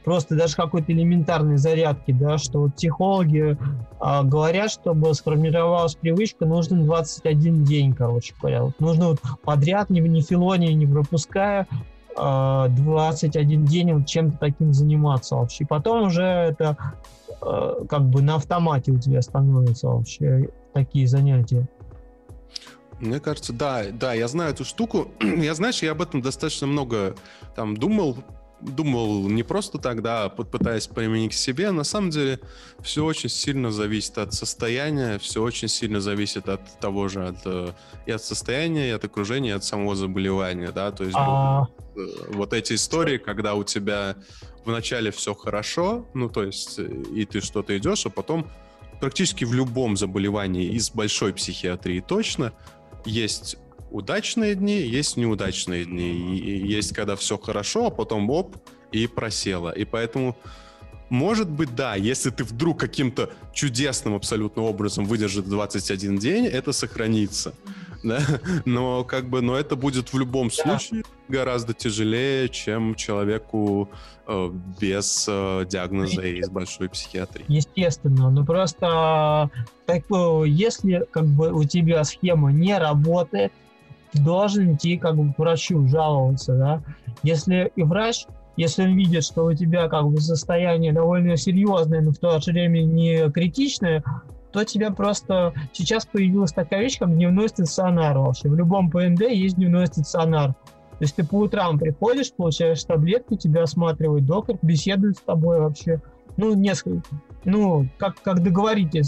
просто даже какой-то элементарной зарядки, да, что вот психологи а, говорят, чтобы сформировалась привычка, нужно двадцать один день, короче говоря. Вот нужно вот подряд, ни, ни филония не пропуская, а, двадцать один день вот чем-то таким заниматься вообще. И потом уже это а, как бы на автомате у тебя становятся вообще такие занятия. Мне кажется, да, да, я знаю эту штуку. Я, знаешь, я об этом достаточно много там думал, думал не просто так, да, пытаясь применить к себе. На самом деле все очень сильно зависит от состояния, все очень сильно зависит от того же, от, и от состояния, и от окружения, и от самого заболевания, да, то есть а... вот эти истории, когда у тебя вначале все хорошо, ну, то есть и ты что-то идешь, а потом практически в любом заболевании из большой психиатрии точно есть удачные дни, есть неудачные дни. И есть, когда все хорошо, а потом оп, и просело. И поэтому, может быть, да, если ты вдруг каким-то чудесным абсолютно образом выдержишь двадцать один день, это сохранится. Да? Но как бы, но это будет в любом случае гораздо тяжелее, чем человеку э, без э, диагноза из большой психиатрии. Естественно, но просто так, если как бы у тебя схема не работает, ты должен идти как бы к врачу жаловаться, да. Если и врач, если он видит, что у тебя как бы состояние довольно серьезное, но в то же время не критичное, то тебя просто... Сейчас появилась такая вещь, как дневной стационар вообще. В любом ПНД есть дневной стационар. То есть ты по утрам приходишь, получаешь таблетки, тебя осматривает доктор, беседует с тобой вообще. Ну, несколько... Ну, как, как договоритесь,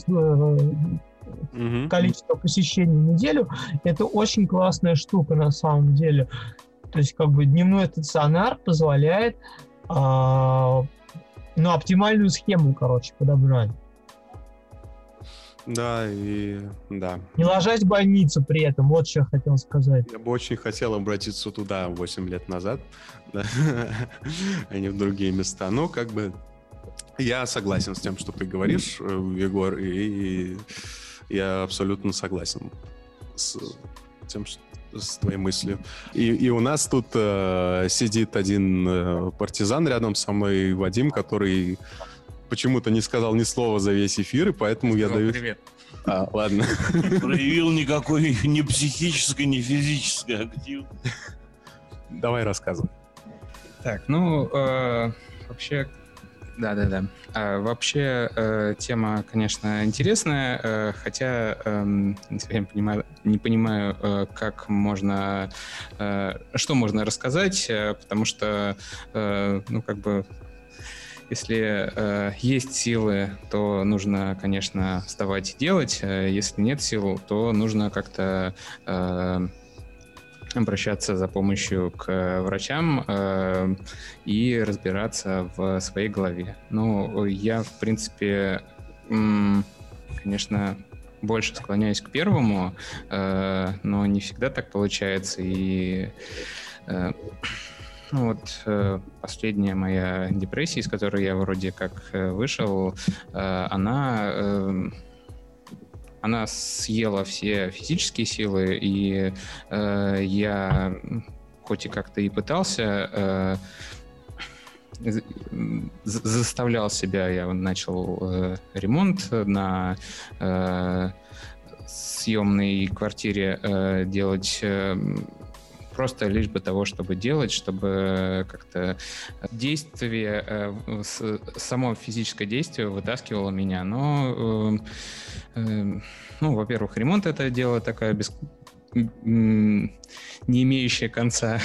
mm-hmm. количество посещений в неделю, это очень классная штука на самом деле. То есть как бы дневной стационар позволяет а, ну, оптимальную схему, короче, подобрать. Да, и да. Не ложась в больницу при этом, вот что я хотел сказать. Я бы очень хотел обратиться туда восемь лет назад, да, а не в другие места. Но как бы я согласен с тем, что ты говоришь, Егор, и я абсолютно согласен с тем, что с твоей мыслью. И, и у нас тут э, сидит один э, партизан рядом со мной, Вадим, который почему-то не сказал ни слова за весь эфир, и поэтому я даю... Привет. А, ладно. Проявил никакой ни психической, ни физической активности. Давай рассказывай. Так, ну, э, вообще... Да-да-да. А, вообще э, тема, конечно, интересная, э, хотя э, не совсем понимаю, не понимаю, э, как можно, э, что можно рассказать, э, потому что, э, ну, как бы, если э, есть силы, то нужно, конечно, вставать и делать. Э, если нет сил, то нужно как-то э, обращаться за помощью к врачам э, и разбираться в своей голове. Ну, я, в принципе, м, конечно, больше склоняюсь к первому, э, но не всегда так получается. И э, ну, вот э, последняя моя депрессия, из которой я вроде как э, вышел, э, она... Э, Она съела все физические силы, и э, я, хоть и как-то и пытался, э, заставлял себя, я начал э, ремонт на э, съемной квартире э, делать... Э, просто лишь бы того, чтобы делать, чтобы как-то действие, само физическое действие вытаскивало меня. Но, ну, во-первых, ремонт — это дело такое без... не имеющее конца.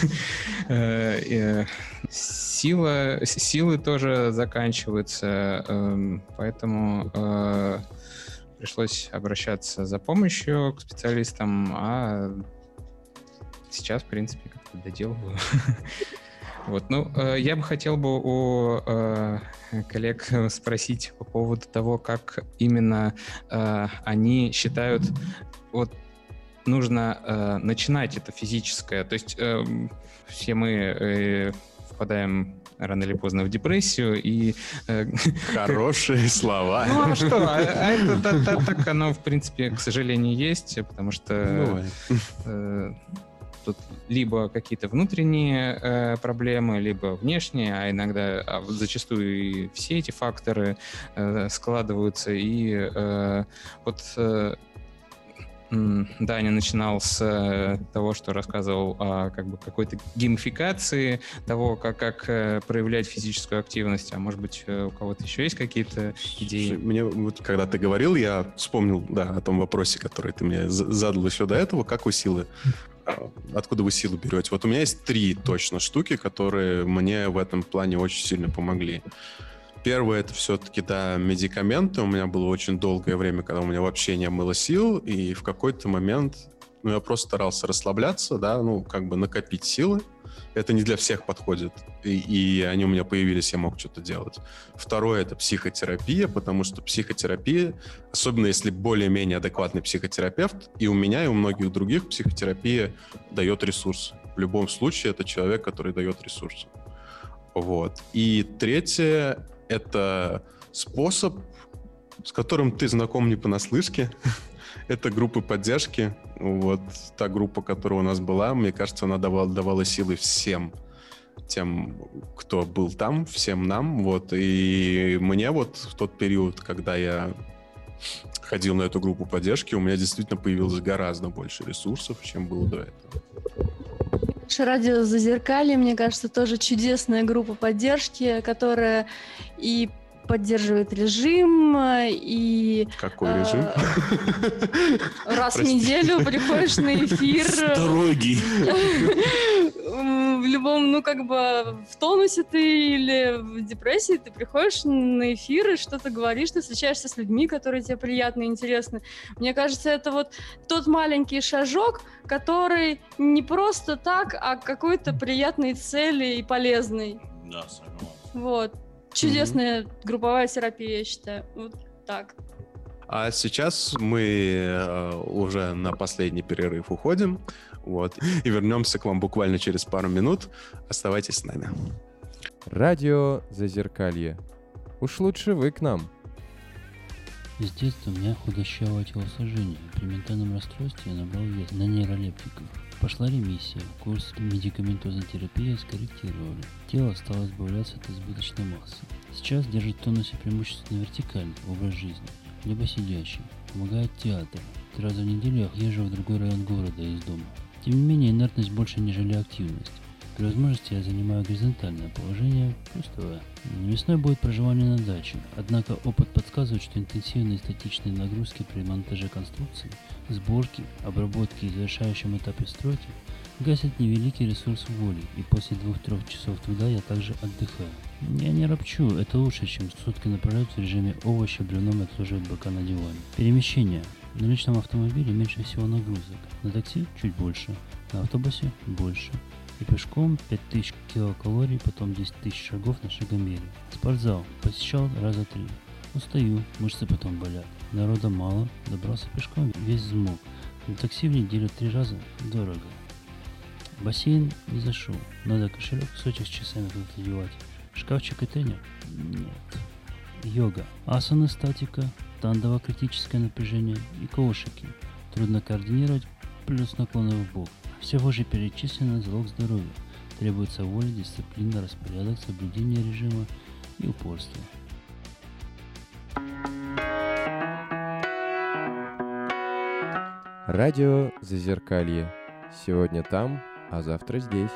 Сила, силы тоже заканчиваются, поэтому пришлось обращаться за помощью к специалистам, а сейчас, в принципе, как-то доделываю. Вот, ну, э, я бы хотел бы у э, коллег спросить по поводу того, как именно э, они считают, вот, нужно э, начинать это физическое. То есть э, все мы э, впадаем рано или поздно в депрессию и... Э, Хорошие слова. Ну, а что? А, а это так, так, так оно, в принципе, к сожалению, есть, потому что... Э, тут либо какие-то внутренние э, проблемы, либо внешние, а иногда, а зачастую и все эти факторы э, складываются. И э, вот э, Даня начинал с э, того, что рассказывал о как бы, какой-то геймификации того, как, как э, проявлять физическую активность. А может быть, э, у кого-то еще есть какие-то идеи? Мне, вот, когда ты говорил, я вспомнил, да, о том вопросе, который ты мне задал еще до этого. Как вы силы? Откуда вы силу берете? Вот у меня есть три точно штуки, которые мне в этом плане очень сильно помогли. Первое — это все-таки, да, медикаменты. У меня было очень долгое время, когда у меня вообще не было сил, и в какой-то момент, ну, я просто старался расслабляться, да, ну, как бы накопить силы. Это не для всех подходит, и, и они у меня появились, я мог что-то делать. Второе — это психотерапия, потому что психотерапия, особенно если более-менее адекватный психотерапевт, и у меня, и у многих других психотерапия дает ресурс. В любом случае, это человек, который дает ресурс. Вот. И третье — это способ, с которым ты знаком не понаслышке. Это группы поддержки. Вот та группа, которая у нас была, мне кажется, она давала, давала силы всем тем, кто был там, всем нам. Вот. И мне вот в тот период, когда я ходил на эту группу поддержки, у меня действительно появилось гораздо больше ресурсов, чем было до этого. Радио Зазеркалье, мне кажется, тоже чудесная группа поддержки, которая и поддерживает режим, и... Какой э, режим? Раз в неделю приходишь на эфир. Строгий. В любом, ну, как бы, в тонусе ты или в депрессии, ты приходишь на эфир и что-то говоришь, ты встречаешься с людьми, которые тебе приятны и интересны. Мне кажется, это вот тот маленький шажок, который не просто так, а какой-то приятной цели и полезный. Да, согласен. Вот. Чудесная mm-hmm. групповая терапия, я считаю. Вот так. А сейчас мы э, уже на последний перерыв уходим. Вот. И вернемся к вам буквально через пару минут. Оставайтесь с нами. Радио Зазеркалье. Уж лучше вы к нам. С детства у меня худощавое телосложение. При ментальном расстройстве я набрал вес на нейролептиках. Пошла ремиссия, курс медикаментозной терапии скорректировали. Тело стало избавляться от избыточной массы. Сейчас держит в тонусе преимущественно вертикальный образ жизни, либо сидящий. Помогает театр. Три раза в неделю я езжу в другой район города из дома. Тем не менее, инертность больше, нежели активность. При возможности я занимаю горизонтальное положение, пустое. Весной будет проживание на даче, однако опыт подсказывает, что интенсивные статичные нагрузки при монтаже конструкций, сборке, обработке и завершающем этапе стройки гасят невеликий ресурс воли, и после двух-трех часов труда я также отдыхаю. Я не ропчу, это лучше, чем сутки напролет в режиме овоща бревном отложивать бока на диване. Перемещение. На личном автомобиле меньше всего нагрузок, на такси чуть больше, на автобусе больше. И пешком пять тысяч килокалорий, потом десять тысяч шагов на шагомере. Спортзал посещал раза три. Устаю, мышцы потом болят. Народа мало, добрался пешком, весь взмок. На такси в неделю три раза дорого. Бассейн не зашел. Надо кошелек, кусочек с часами куда-то девать. Шкафчик и тренер? Нет. Йога. Асаны, статика, тандава, критическое напряжение и коушики. Трудно координировать, плюс наклоны в бок. Все выше перечислено залог здоровья. Требуется воля, дисциплина, распорядок, соблюдение режима и упорство. Радио Зазеркалье. Сегодня там, а завтра здесь.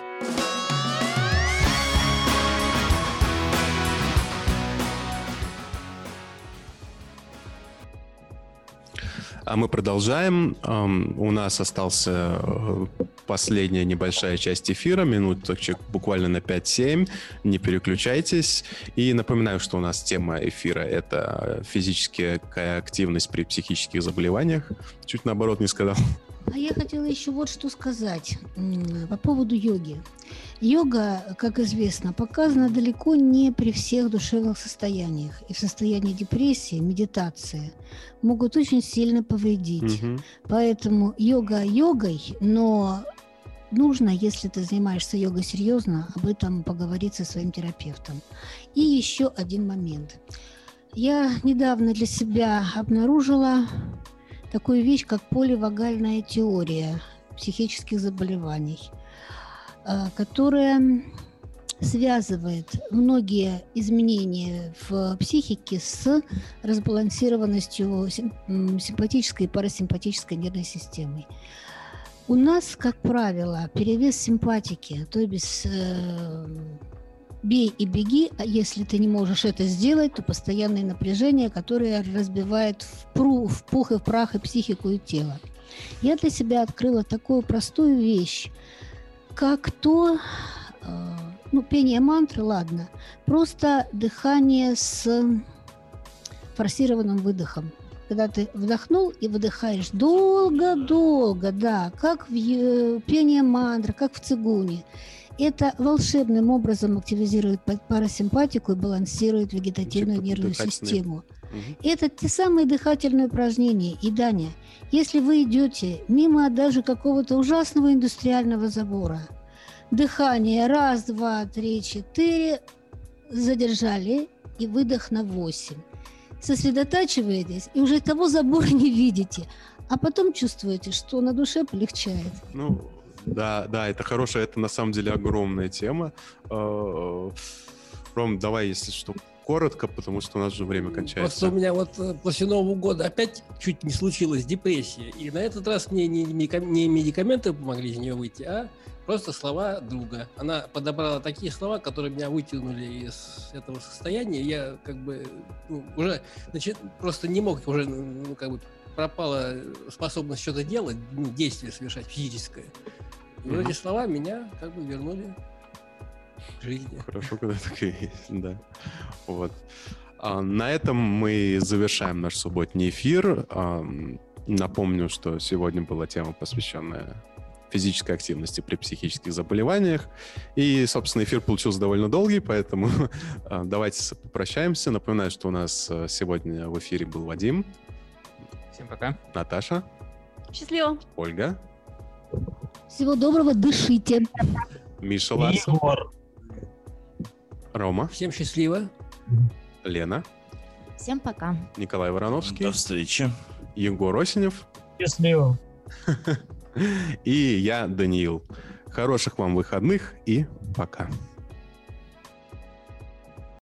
А мы продолжаем. Um, у нас остался uh, последняя небольшая часть эфира, минуточек буквально на пять-семь. Не переключайтесь. И напоминаю, что у нас тема эфира — это физическая активность при психических заболеваниях. Чуть наоборот не сказал. А я хотела еще вот что сказать по поводу йоги. Йога, как известно, показана далеко не при всех душевных состояниях. И в состоянии депрессии медитация могут очень сильно повредить. Угу. Поэтому йога йогой, но нужно, если ты занимаешься йогой серьезно, об этом поговорить со своим терапевтом. И еще один момент. Я недавно для себя обнаружила такую вещь, как поливагальная теория. психических заболеваний, которая связывает многие изменения в психике с разбалансированностью симпатической и парасимпатической нервной системы. У нас, как правило, перевес симпатики, то есть э, бей и беги, а если ты не можешь это сделать, то постоянное напряжение, которое разбивает в, пру, в пух и в прах и психику, и тело. Я для себя открыла такую простую вещь, как то... Э, Ну, пение мантры, ладно. Просто дыхание с форсированным выдохом. Когда ты вдохнул и выдыхаешь долго-долго, да, как в пение мантры, как в цигуне. Это волшебным образом активизирует парасимпатику и балансирует вегетативную нервную систему. Угу. Это те самые дыхательные упражнения. И, Даня, если вы идете мимо даже какого-то ужасного индустриального забора, дыхание раз, два, три, четыре, задержали и выдох на восемь. Сосредотачиваетесь и уже того забора не видите, а потом чувствуете, что на душе полегчает. Ну, да, да, это хорошая, это на самом деле огромная тема. Ром, давай, если что, коротко, потому что у нас же время кончается. Просто у меня вот после Нового года опять чуть не случилась депрессия, и на этот раз мне не медикаменты помогли из нее выйти, а просто слова друга. Она подобрала такие слова, которые меня вытянули из этого состояния. Я как бы ну, уже значит, просто не мог, уже ну, как бы пропала способность что-то делать, ну, действие совершать физическое. И mm-hmm. эти слова меня как бы вернули к жизни. Хорошо, когда так и есть, да. Вот. А, на этом мы завершаем наш субботний эфир. А, напомню, что сегодня была тема, посвященная физической активности при психических заболеваниях. И, собственно, эфир получился довольно долгий, поэтому давайте попрощаемся. Напоминаю, что у нас сегодня в эфире был Вадим. Всем пока. Наташа. Счастливо. Ольга. Всего доброго, дышите. Миша Ларсов. Егор. Рома. Всем счастливо. Лена. Всем пока. Николай Вороновский. До встречи. Егор Осенев. Счастливо. И я, Даниил. Хороших вам выходных и пока.